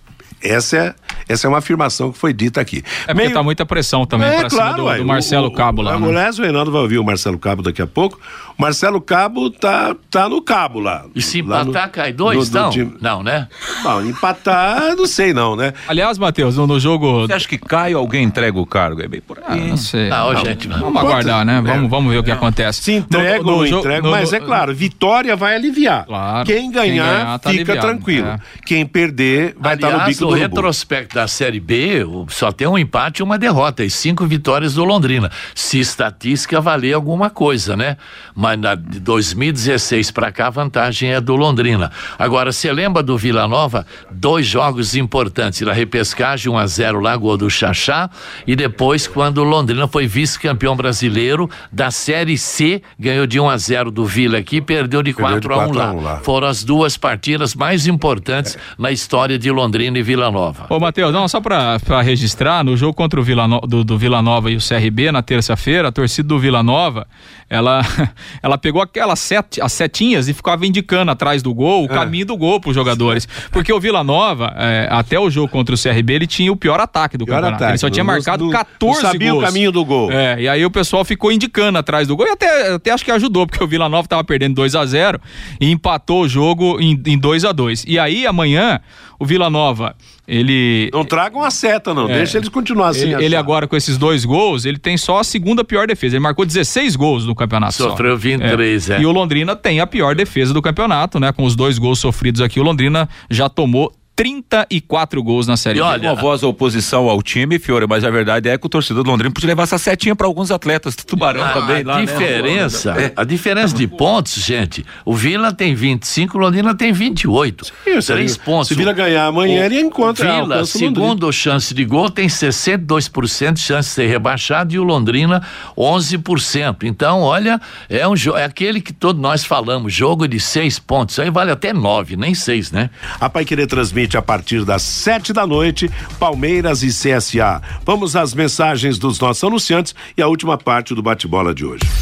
[SPEAKER 2] Essa é, essa é uma afirmação que foi dita aqui.
[SPEAKER 4] É porque Meio... tá muita pressão também é, pra
[SPEAKER 2] claro,
[SPEAKER 4] cima do,
[SPEAKER 2] ué,
[SPEAKER 4] do Marcelo
[SPEAKER 2] o,
[SPEAKER 4] Cabo lá.
[SPEAKER 2] Aliás, né? O Reinaldo vai ouvir o Marcelo Cabo daqui a pouco. O Marcelo Cabo tá, tá no cabo lá.
[SPEAKER 8] E se
[SPEAKER 2] lá
[SPEAKER 8] empatar, no, cai dois, no, não? Time... Não, né?
[SPEAKER 2] Não, empatar, não sei não, né?
[SPEAKER 4] Aliás, Matheus, no, no jogo...
[SPEAKER 9] Você acha que cai ou alguém entrega o cargo? É bem por aí.
[SPEAKER 4] Ah, não sei.
[SPEAKER 8] Não, não, gente,
[SPEAKER 4] vamos aguardar, né? Vamos, vamos ver o que
[SPEAKER 2] não.
[SPEAKER 4] acontece.
[SPEAKER 2] Se entrega ou não entrega, mas é claro, vitória vai aliviar.
[SPEAKER 4] Claro.
[SPEAKER 2] Quem ganhar, Quem ganhar tá fica aliviado. tranquilo. É. Quem perder vai estar tá no bico do
[SPEAKER 8] no
[SPEAKER 2] urubu.
[SPEAKER 8] retrospecto da Série B, só tem um empate e uma derrota, e cinco vitórias do Londrina. Se estatística valer alguma coisa, né? Mas na, de dois mil e dezesseis para cá a vantagem é do Londrina. Agora, você lembra do Vila Nova? Dois jogos importantes, na repescagem, um a zero lá, gol do Xaxá, e depois quando o Londrina foi vice-campeão brasileiro da Série C, ganhou de um a zero do Vila aqui, perdeu de quatro a um lá. lá. Foram as duas partidas mais importantes é. na história de Londrina e Vila Nova.
[SPEAKER 4] Ô, Matheus, não, só pra, pra registrar, no jogo contra o Vila no, do, do Vila Nova e o C R B, na terça-feira, a torcida do Vila Nova, ela, ela pegou aquelas sete, as setinhas e ficava indicando atrás do gol, o é. caminho do gol pros jogadores. Porque o Vila Nova, é, até o jogo contra o C R B, ele tinha o pior ataque do pior campeonato. Ataque. Ele só tinha no, marcado no, catorze
[SPEAKER 2] não sabia
[SPEAKER 4] gols.
[SPEAKER 2] o caminho do gol.
[SPEAKER 4] É, e aí o pessoal ficou indicando atrás do gol, e até, até acho que ajudou, porque o Vila Nova tava perdendo dois a zero e empatou o jogo em, em dois a dois. E aí, amanhã, o Vila Nova, ele...
[SPEAKER 2] Não tragam a seta, não. É, deixa eles continuar assim.
[SPEAKER 4] Ele, ele agora, com esses dois gols, ele tem só a segunda pior defesa. Ele marcou dezesseis gols no campeonato.
[SPEAKER 8] Sofreu
[SPEAKER 4] só.
[SPEAKER 8] vinte e três, é.
[SPEAKER 4] é. E o Londrina tem a pior defesa do campeonato, né? Com os dois gols sofridos aqui, o Londrina já tomou trinta e quatro gols na Série B.
[SPEAKER 9] Olha, uma voz da oposição ao time, Fiore, mas a verdade é que o torcedor do Londrina podia levar essa setinha para alguns atletas do Tubarão
[SPEAKER 8] ah,
[SPEAKER 9] também.
[SPEAKER 8] A
[SPEAKER 9] lá,
[SPEAKER 8] diferença,
[SPEAKER 9] né?
[SPEAKER 8] a diferença de pontos, gente, o Vila tem vinte e cinco, o Londrina tem vinte e oito.
[SPEAKER 2] Isso,
[SPEAKER 8] Três pontos.
[SPEAKER 2] Se o Vila ganhar amanhã, o, ele encontra.
[SPEAKER 8] O Vila, segundo chance de gol, tem sessenta e dois por cento de chance de ser rebaixado e o Londrina onze por cento. Então, olha, é um jogo, é aquele que todos nós falamos, jogo de seis pontos. Aí vale até nove, nem seis, né?
[SPEAKER 2] A Paiquerê transmite a partir das sete da noite, Palmeiras e C S A. Vamos às mensagens dos nossos anunciantes e a última parte do bate-bola de hoje.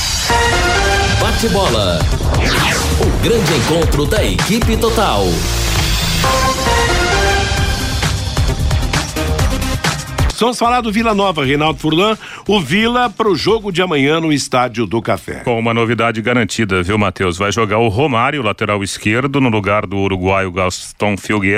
[SPEAKER 1] Bate-bola. O grande encontro da equipe total.
[SPEAKER 2] Vamos falar do Vila Nova, Reinaldo Furlan, o Vila para o jogo de amanhã no Estádio do Café.
[SPEAKER 5] Com uma novidade garantida, viu, Matheus? Vai jogar o Romário, lateral esquerdo, no lugar do uruguaio Gaston Filgueira.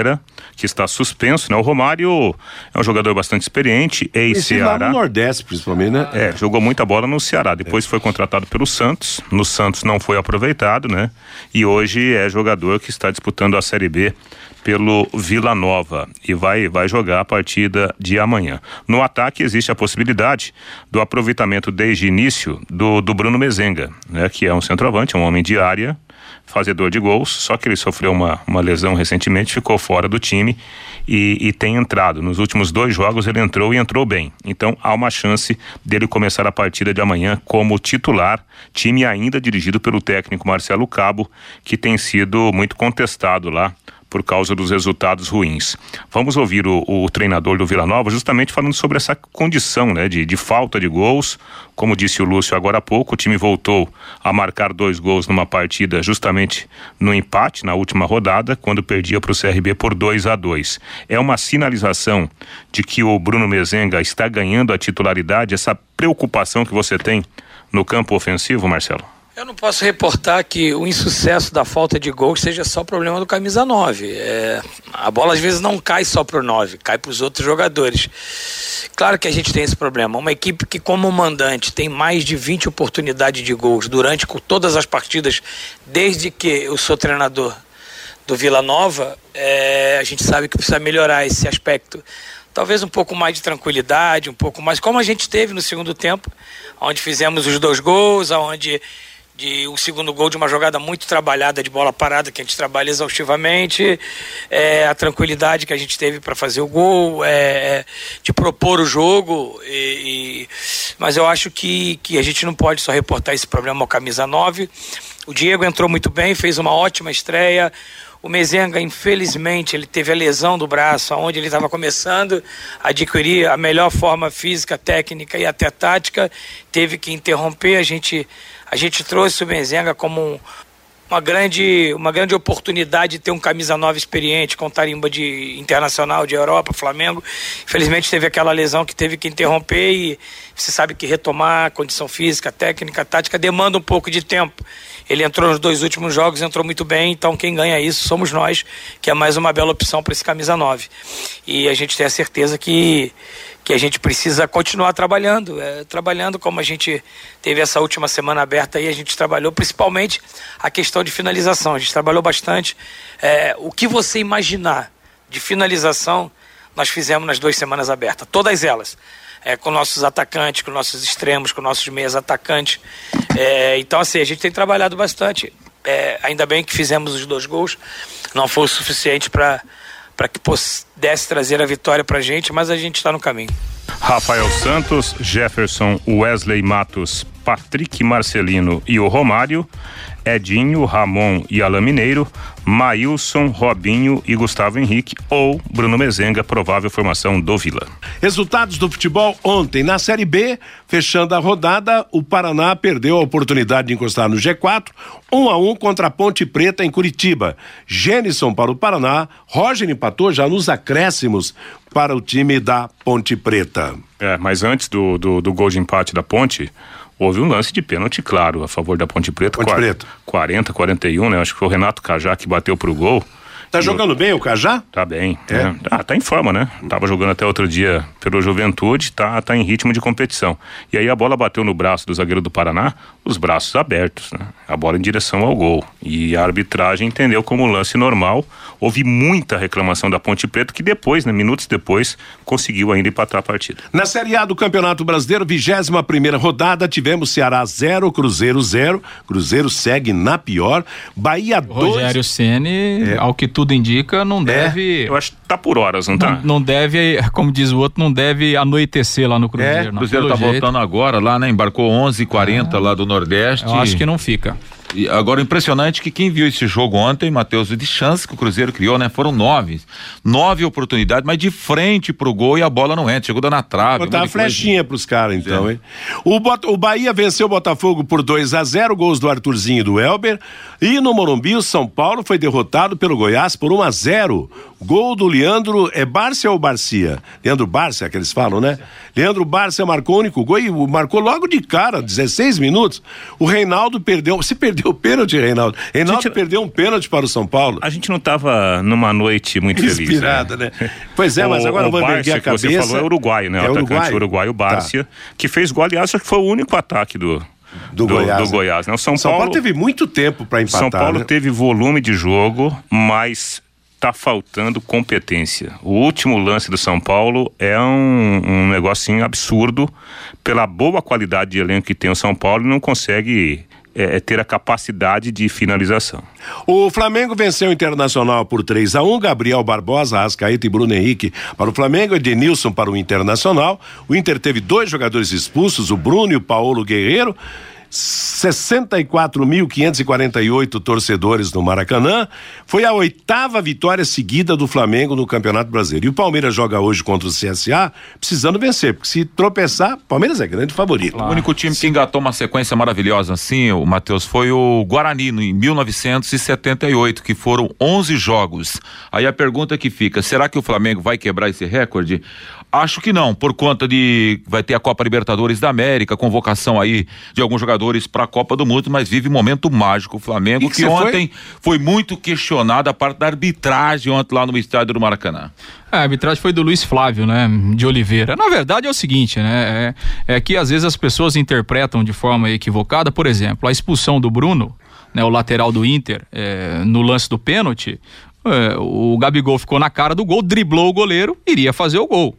[SPEAKER 5] que está suspenso, né? O Romário é um jogador bastante experiente, ex-Ceará.
[SPEAKER 2] no Nordeste, principalmente, né?
[SPEAKER 5] É, jogou muita bola no Ceará, depois é. foi contratado pelo Santos, no Santos não foi aproveitado, né? E hoje é jogador que está disputando a Série B pelo Vila Nova e vai, vai jogar a partida de amanhã. No ataque existe a possibilidade do aproveitamento desde o início do, do Bruno Mezenga, né? Que é um centroavante, é um homem de área, fazedor de gols, só que ele sofreu uma, uma lesão recentemente, ficou fora do time e, e tem entrado. Nos últimos dois jogos ele entrou e entrou bem. Então há uma chance dele começar a partida de amanhã como titular, time ainda dirigido pelo técnico Marcelo Cabo, que tem sido muito contestado lá por causa dos resultados ruins. Vamos ouvir o, o treinador do Vila Nova justamente falando sobre essa condição, né, de, de falta de gols. Como disse o Lúcio agora há pouco, o time voltou a marcar dois gols numa partida justamente no empate na última rodada, quando perdia para o C R B por dois a dois. É uma sinalização de que o Bruno Mezenga está ganhando a titularidade, essa preocupação que você tem no campo ofensivo, Marcelo?
[SPEAKER 10] Eu não posso reportar que o insucesso da falta de gols seja só problema do camisa nove. É, a bola às vezes não cai só pro nove, cai para os outros jogadores. Claro que a gente tem esse problema. Uma equipe que, como mandante, tem mais de vinte oportunidades de gols durante todas as partidas, desde que eu sou treinador do Vila Nova, é, a gente sabe que precisa melhorar esse aspecto. Talvez um pouco mais de tranquilidade, um pouco mais, como a gente teve no segundo tempo, onde fizemos os dois gols, onde de um segundo gol de uma jogada muito trabalhada de bola parada, que a gente trabalha exaustivamente, é, a tranquilidade que a gente teve para fazer o gol, é, de propor o jogo, e, e, mas eu acho que, que a gente não pode só reportar esse problema ao camisa nove. O Diego entrou muito bem, fez uma ótima estreia. O Mezenga, infelizmente, ele teve a lesão do braço, onde ele estava começando a adquirir a melhor forma física, técnica e até tática, teve que interromper. A gente, a gente trouxe o Mezenga como um, uma, grande, uma grande oportunidade de ter um camisa nove experiente, com tarimba de internacional, de Europa, Flamengo. Infelizmente teve aquela lesão que teve que interromper e você sabe que retomar a condição física, técnica, tática demanda um pouco de tempo. Ele entrou nos dois últimos jogos, entrou muito bem, então quem ganha isso somos nós, que é mais uma bela opção para esse camisa nove. E a gente tem a certeza que, que a gente precisa continuar trabalhando, é, trabalhando como a gente teve essa última semana aberta aí, a gente trabalhou principalmente a questão de finalização, a gente trabalhou bastante. É, o que você imaginar de finalização, nós fizemos nas duas semanas abertas, todas elas. É, com nossos atacantes, com nossos extremos, com nossos meias atacantes. É, então, assim, a gente tem trabalhado bastante. É, ainda bem que fizemos os dois gols. Não foi o suficiente para para que pudesse trazer a vitória para a gente, mas a gente está no caminho.
[SPEAKER 5] Rafael Santos, Jefferson, Wesley Matos, Patrick Marcelino e o Romário, Edinho, Ramon e Alain Mineiro, Maílson, Robinho e Gustavo Henrique ou Bruno Mezenga, provável formação do Vila.
[SPEAKER 2] Resultados do futebol ontem na Série B, fechando a rodada, o Paraná perdeu a oportunidade de encostar no G quatro, um a um contra a Ponte Preta em Curitiba. Gênison para o Paraná, Roger empatou já nos acréscimos para o time da Ponte Preta.
[SPEAKER 5] É, mas antes do, do, do gol de empate da Ponte, houve um lance de pênalti, claro, a favor da Ponte Preta.
[SPEAKER 2] Ponte Preta.
[SPEAKER 5] quarenta, quarenta e um, né? Acho que foi o Renato Cajá que bateu pro gol.
[SPEAKER 2] Tá jogando o... bem o Cajá?
[SPEAKER 5] Tá bem.
[SPEAKER 2] É.
[SPEAKER 5] Né? Ah, tá em forma, né? Tava jogando até outro dia pelo Juventude, tá, tá em ritmo de competição. E aí a bola bateu no braço do zagueiro do Paraná, os braços abertos, né? A bola em direção ao gol. E a arbitragem entendeu como lance normal. Houve muita reclamação da Ponte Preta, que depois, né, minutos depois, conseguiu ainda empatar a partida.
[SPEAKER 2] Na Série A do Campeonato Brasileiro, vigésima primeira rodada, tivemos Ceará zero, Cruzeiro zero. Cruzeiro segue na pior. Bahia dois.
[SPEAKER 4] Rogério Ceni, é. ao que tudo indica, não deve.
[SPEAKER 5] É. Eu acho que tá por horas, não tá?
[SPEAKER 4] Não, não deve, como diz o outro, não deve anoitecer lá no Cruzeiro.
[SPEAKER 9] É, o Cruzeiro tá jeito. voltando agora lá, né? Embarcou onze e quarenta é. lá do Nordeste.
[SPEAKER 4] Eu acho que não fica.
[SPEAKER 9] E agora, impressionante que quem viu esse jogo ontem, Matheus, de chance que o Cruzeiro criou, né? Foram nove. Nove oportunidades, mas de frente pro gol e a bola não entra. Chegou dando na trave.
[SPEAKER 2] Botar a flechinha pros caras, então, é. hein? O, Bot... o Bahia venceu o Botafogo por dois a zero, gols do Arthurzinho e do Elber. E no Morumbi, o São Paulo foi derrotado pelo Goiás por um a zero. Gol do Leandro, é Bárcia ou Barcia? Leandro Bárcia, que eles falam, né? Leandro Bárcia marcou o único gol e marcou logo de cara, dezesseis minutos. O Reinaldo perdeu, se perdeu perdeu o pênalti, Reinaldo. Reinaldo gente, perdeu um pênalti para o São Paulo.
[SPEAKER 5] A gente não estava numa noite muito
[SPEAKER 2] inspirada,
[SPEAKER 5] feliz.
[SPEAKER 2] né? né? Pois é, mas agora vamos erguer a cabeça.
[SPEAKER 5] Você falou é uruguaio, né?
[SPEAKER 2] É
[SPEAKER 5] o atacante
[SPEAKER 2] uruguaio,
[SPEAKER 5] uruguaio, Bárcia, tá. que fez gol, aliás, acho que foi o único ataque do,
[SPEAKER 2] do, do Goiás.
[SPEAKER 5] Do Goiás né? O São,
[SPEAKER 2] São
[SPEAKER 5] Paulo,
[SPEAKER 2] Paulo teve muito tempo para empatar.
[SPEAKER 5] São Paulo
[SPEAKER 2] né?
[SPEAKER 5] teve volume de jogo, mas tá faltando competência. O último lance do São Paulo é um, um negocinho absurdo pela boa qualidade de elenco que tem o São Paulo e não consegue é, ter a capacidade de finalização.
[SPEAKER 2] O Flamengo venceu o Internacional por três a um, Gabriel Barbosa, Arrascaeta e Bruno Henrique para o Flamengo, Edenilson para o Internacional. O Inter teve dois jogadores expulsos, o Bruno e o Paulo Guerreiro. sessenta e quatro mil quinhentos e quarenta e oito torcedores no Maracanã. Foi a oitava vitória seguida do Flamengo no Campeonato Brasileiro. E o Palmeiras joga hoje contra o C S A, precisando vencer, porque se tropeçar, Palmeiras é grande favorito.
[SPEAKER 9] Claro. O único time que engatou uma sequência maravilhosa assim, o Matheus, foi o Guarani no, em mil novecentos e setenta e oito, que foram onze jogos. Aí a pergunta que fica, será que o Flamengo vai quebrar esse recorde? Acho que não, por conta de vai ter a Copa Libertadores da América, convocação aí de alguns jogadores para a Copa do Mundo, mas vive um momento mágico o Flamengo, que, que ontem foi? foi muito questionado a parte da arbitragem ontem lá no estádio do Maracanã.
[SPEAKER 4] É, a arbitragem foi do Luiz Flávio, né, de Oliveira. Na verdade é o seguinte, né, é, é que às vezes as pessoas interpretam de forma equivocada, por exemplo, a expulsão do Bruno, né, o lateral do Inter, é, no lance do pênalti, é, o Gabigol ficou na cara do gol, driblou o goleiro, iria fazer o gol.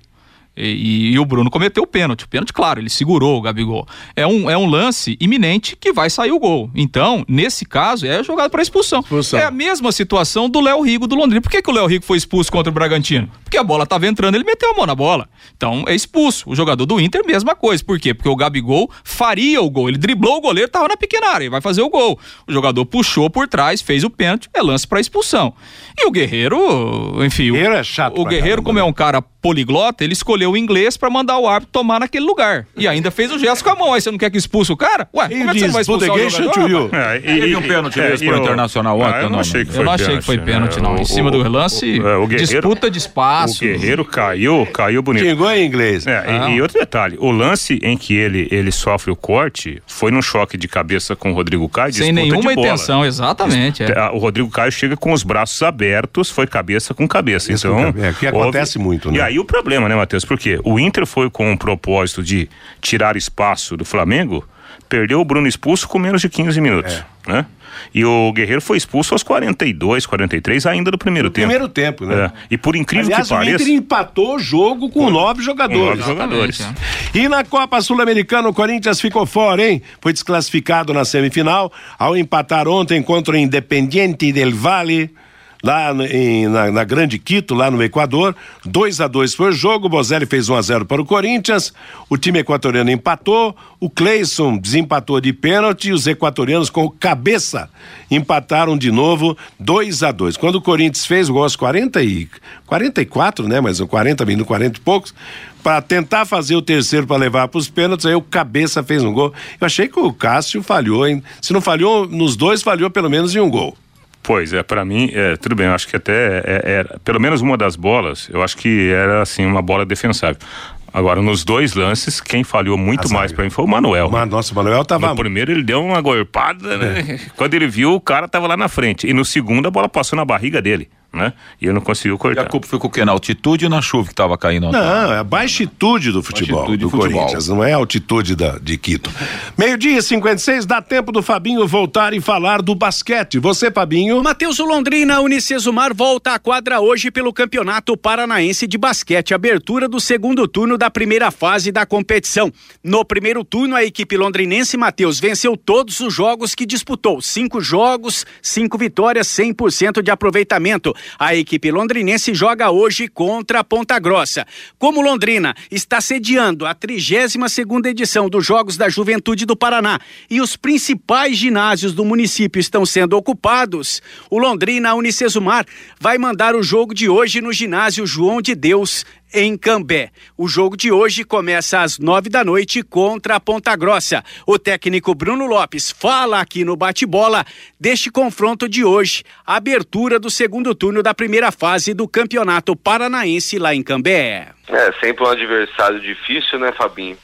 [SPEAKER 4] E, e o Bruno cometeu o pênalti, o pênalti, claro, ele segurou o Gabigol. É um, é um lance iminente que vai sair o gol. Então, nesse caso, é jogado para expulsão. expulsão. É a mesma situação do Léo Rigo do Londrina. Por que, que o Léo Rigo foi expulso contra o Bragantino? Porque a bola estava entrando, ele meteu a mão na bola. Então, é expulso. O jogador do Inter, mesma coisa. Por quê? Porque o Gabigol faria o gol. Ele driblou o goleiro, estava na pequena área, ele vai fazer o gol. O jogador puxou por trás, fez o pênalti, é lance para expulsão. E o Guerreiro, enfim... O
[SPEAKER 2] Guerreiro é chato.
[SPEAKER 4] O Guerreiro, caramba, como é um cara poliglota, ele escolheu o inglês pra mandar o árbitro tomar naquele lugar. E ainda fez o gesto com a mão. Aí você não quer que expulse o cara? Ué, como é que você não vai expulsar o jogador?
[SPEAKER 9] É, e, Teve um pênalti é, pro Internacional ontem,
[SPEAKER 5] ah, eu não achei que foi
[SPEAKER 4] Eu não achei
[SPEAKER 5] pênalti,
[SPEAKER 4] que foi pênalti, não.
[SPEAKER 5] O,
[SPEAKER 4] em cima do lance,
[SPEAKER 5] o, o Guerreiro,
[SPEAKER 4] disputa de espaço.
[SPEAKER 5] O Guerreiro caiu, caiu bonito.
[SPEAKER 2] Chegou em inglês.
[SPEAKER 5] É, ah. e, e outro detalhe, o lance em que ele, ele sofre o corte foi num choque de cabeça com o Rodrigo Caio.
[SPEAKER 4] Sem nenhuma intenção, exatamente. É.
[SPEAKER 5] O Rodrigo Caio chega com os braços abertos, foi cabeça com cabeça.
[SPEAKER 2] Isso
[SPEAKER 5] então,
[SPEAKER 2] é, que acontece
[SPEAKER 5] houve...
[SPEAKER 2] muito, né?
[SPEAKER 5] E aí o problema, né, Matheus? Porque o Inter foi com o propósito de tirar espaço do Flamengo, perdeu o Bruno expulso com menos de quinze minutos, é. né? E o Guerreiro foi expulso aos quarenta e dois, quarenta e três, ainda do primeiro
[SPEAKER 2] no
[SPEAKER 5] tempo.
[SPEAKER 2] primeiro tempo, né?
[SPEAKER 5] É. E por incrível
[SPEAKER 2] Aliás,
[SPEAKER 5] que pareça...
[SPEAKER 2] o Inter empatou o jogo com, com nove jogadores.
[SPEAKER 5] Com nove jogadores.
[SPEAKER 2] É. E na Copa Sul-Americana, o Corinthians ficou fora, hein? Foi desclassificado na semifinal ao empatar ontem contra o Independiente del Valle, lá em, na, na Grande Quito, lá no Equador. dois a dois foi o jogo, o Bozelli fez um a zero para o Corinthians, o time equatoriano empatou, o Cleison desempatou de pênalti e os equatorianos com o cabeça empataram de novo dois a dois. Quando o Corinthians fez o gol aos quarenta e, quarenta e quatro, né, mas o quarenta vindo quarenta e poucos, para tentar fazer o terceiro para levar para os pênaltis, aí o cabeça fez um gol. Eu achei que o Cássio falhou, hein? Se não falhou nos dois, falhou pelo menos em um gol.
[SPEAKER 5] Pois é, para mim, é, tudo bem, eu acho que até é, é, pelo menos uma das bolas, eu acho que era assim, uma bola defensável. Agora, nos dois lances, quem falhou muito Azar. mais pra mim foi o Manuel.
[SPEAKER 2] Mas, nossa, o Manuel tava...
[SPEAKER 5] No primeiro ele deu uma golpada, né? É. Quando ele viu, o cara tava lá na frente. E no segundo, a bola passou na barriga dele, né? E ele não conseguiu cortar.
[SPEAKER 9] E a culpa foi com o quê? Na altitude ou na chuva que tava caindo?
[SPEAKER 2] Não, é a baixitude do futebol, baixitude do futebol. Corinthians, não é a altitude da, de Quito. Meio-dia, cinquenta e seis, dá tempo do Fabinho voltar e falar do basquete. Você, Fabinho?
[SPEAKER 7] Matheus, o Londrina Unicesumar volta à quadra hoje pelo Campeonato Paranaense de Basquete, abertura do segundo turno da primeira fase da competição. No primeiro turno, a equipe londrinense, Matheus, venceu todos os jogos que disputou. Cinco jogos, cinco vitórias, cem por cento de aproveitamento. A equipe londrinense joga hoje contra a Ponta Grossa. Como Londrina está sediando a trigésima segunda edição dos Jogos da Juventude do Paraná e os principais ginásios do município estão sendo ocupados, o Londrina Unicesumar vai mandar o jogo de hoje no ginásio João de Deus, em Cambé. O jogo de hoje começa às nove da noite contra a Ponta Grossa. O técnico Bruno Lopes fala aqui no bate-bola deste confronto de hoje, a abertura do segundo turno da primeira fase do Campeonato Paranaense lá em Cambé.
[SPEAKER 11] É, sempre um adversário difícil, né, Fabinho?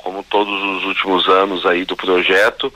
[SPEAKER 11] como todos os últimos anos aí do projeto.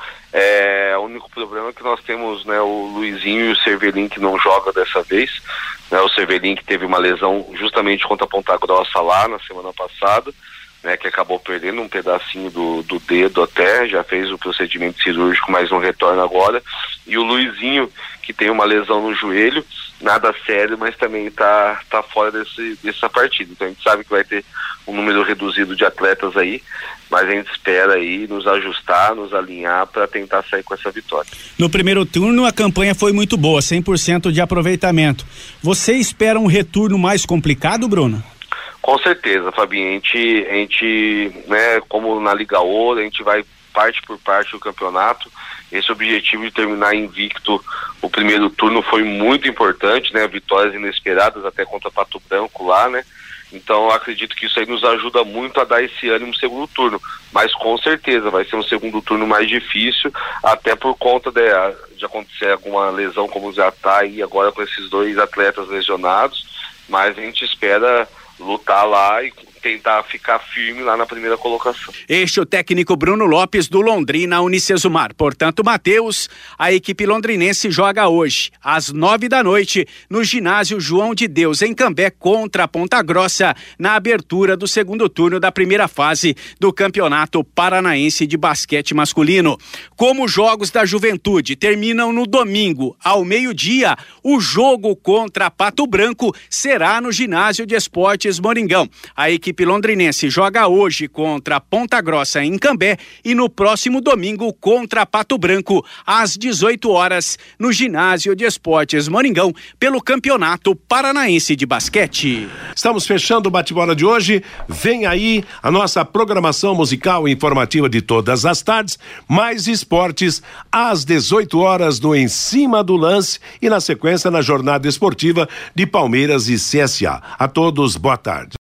[SPEAKER 11] É, o único problema é que nós temos, né, o Luizinho e o Cervelin que não joga dessa vez, né, o Cervelin que teve uma lesão justamente contra a Ponta Grossa lá na semana passada, né, que acabou perdendo um pedacinho do, do dedo até, já fez o procedimento cirúrgico, mas não retorna agora, e o Luizinho, que tem uma lesão no joelho, nada sério, mas também está tá fora desse, dessa partida. Então a gente sabe que vai ter um número reduzido de atletas aí, mas a gente espera aí nos ajustar, nos alinhar para tentar sair com essa vitória.
[SPEAKER 7] No primeiro turno a campanha foi muito boa, cem por cento de aproveitamento. Você espera um retorno mais complicado, Bruno?
[SPEAKER 11] Com certeza, Fabinho, a gente, a gente, né, como na Liga Ouro, a gente vai parte por parte do campeonato. Esse objetivo de terminar invicto o primeiro turno foi muito importante, né, vitórias inesperadas até contra Pato Branco lá, né, então eu acredito que isso aí nos ajuda muito a dar esse ânimo no segundo turno, mas com certeza vai ser um segundo turno mais difícil, até por conta de, de acontecer alguma lesão como já está aí agora com esses dois atletas lesionados, mas a gente espera lutar lá e tentar ficar firme lá na primeira colocação.
[SPEAKER 7] Este é o técnico Bruno Lopes do Londrina Unicesumar. Portanto, Matheus, a equipe londrinense joga hoje, às nove da noite, no ginásio João de Deus, em Cambé, contra a Ponta Grossa, na abertura do segundo turno da primeira fase do Campeonato Paranaense de Basquete Masculino. Como os Jogos da Juventude terminam no domingo, ao meio-dia, o jogo contra Pato Branco será no ginásio de Esportes Moringão. A equipe A equipe londrinense joga hoje contra Ponta Grossa em Cambé e no próximo domingo contra Pato Branco às dezoito horas no ginásio de Esportes Moringão pelo Campeonato Paranaense de Basquete.
[SPEAKER 2] Estamos fechando o bate-bola de hoje. Vem aí a nossa programação musical e informativa de todas as tardes, mais esportes às dezoito horas no Em Cima do Lance e na sequência na jornada esportiva de Palmeiras e C S A. A todos, boa tarde.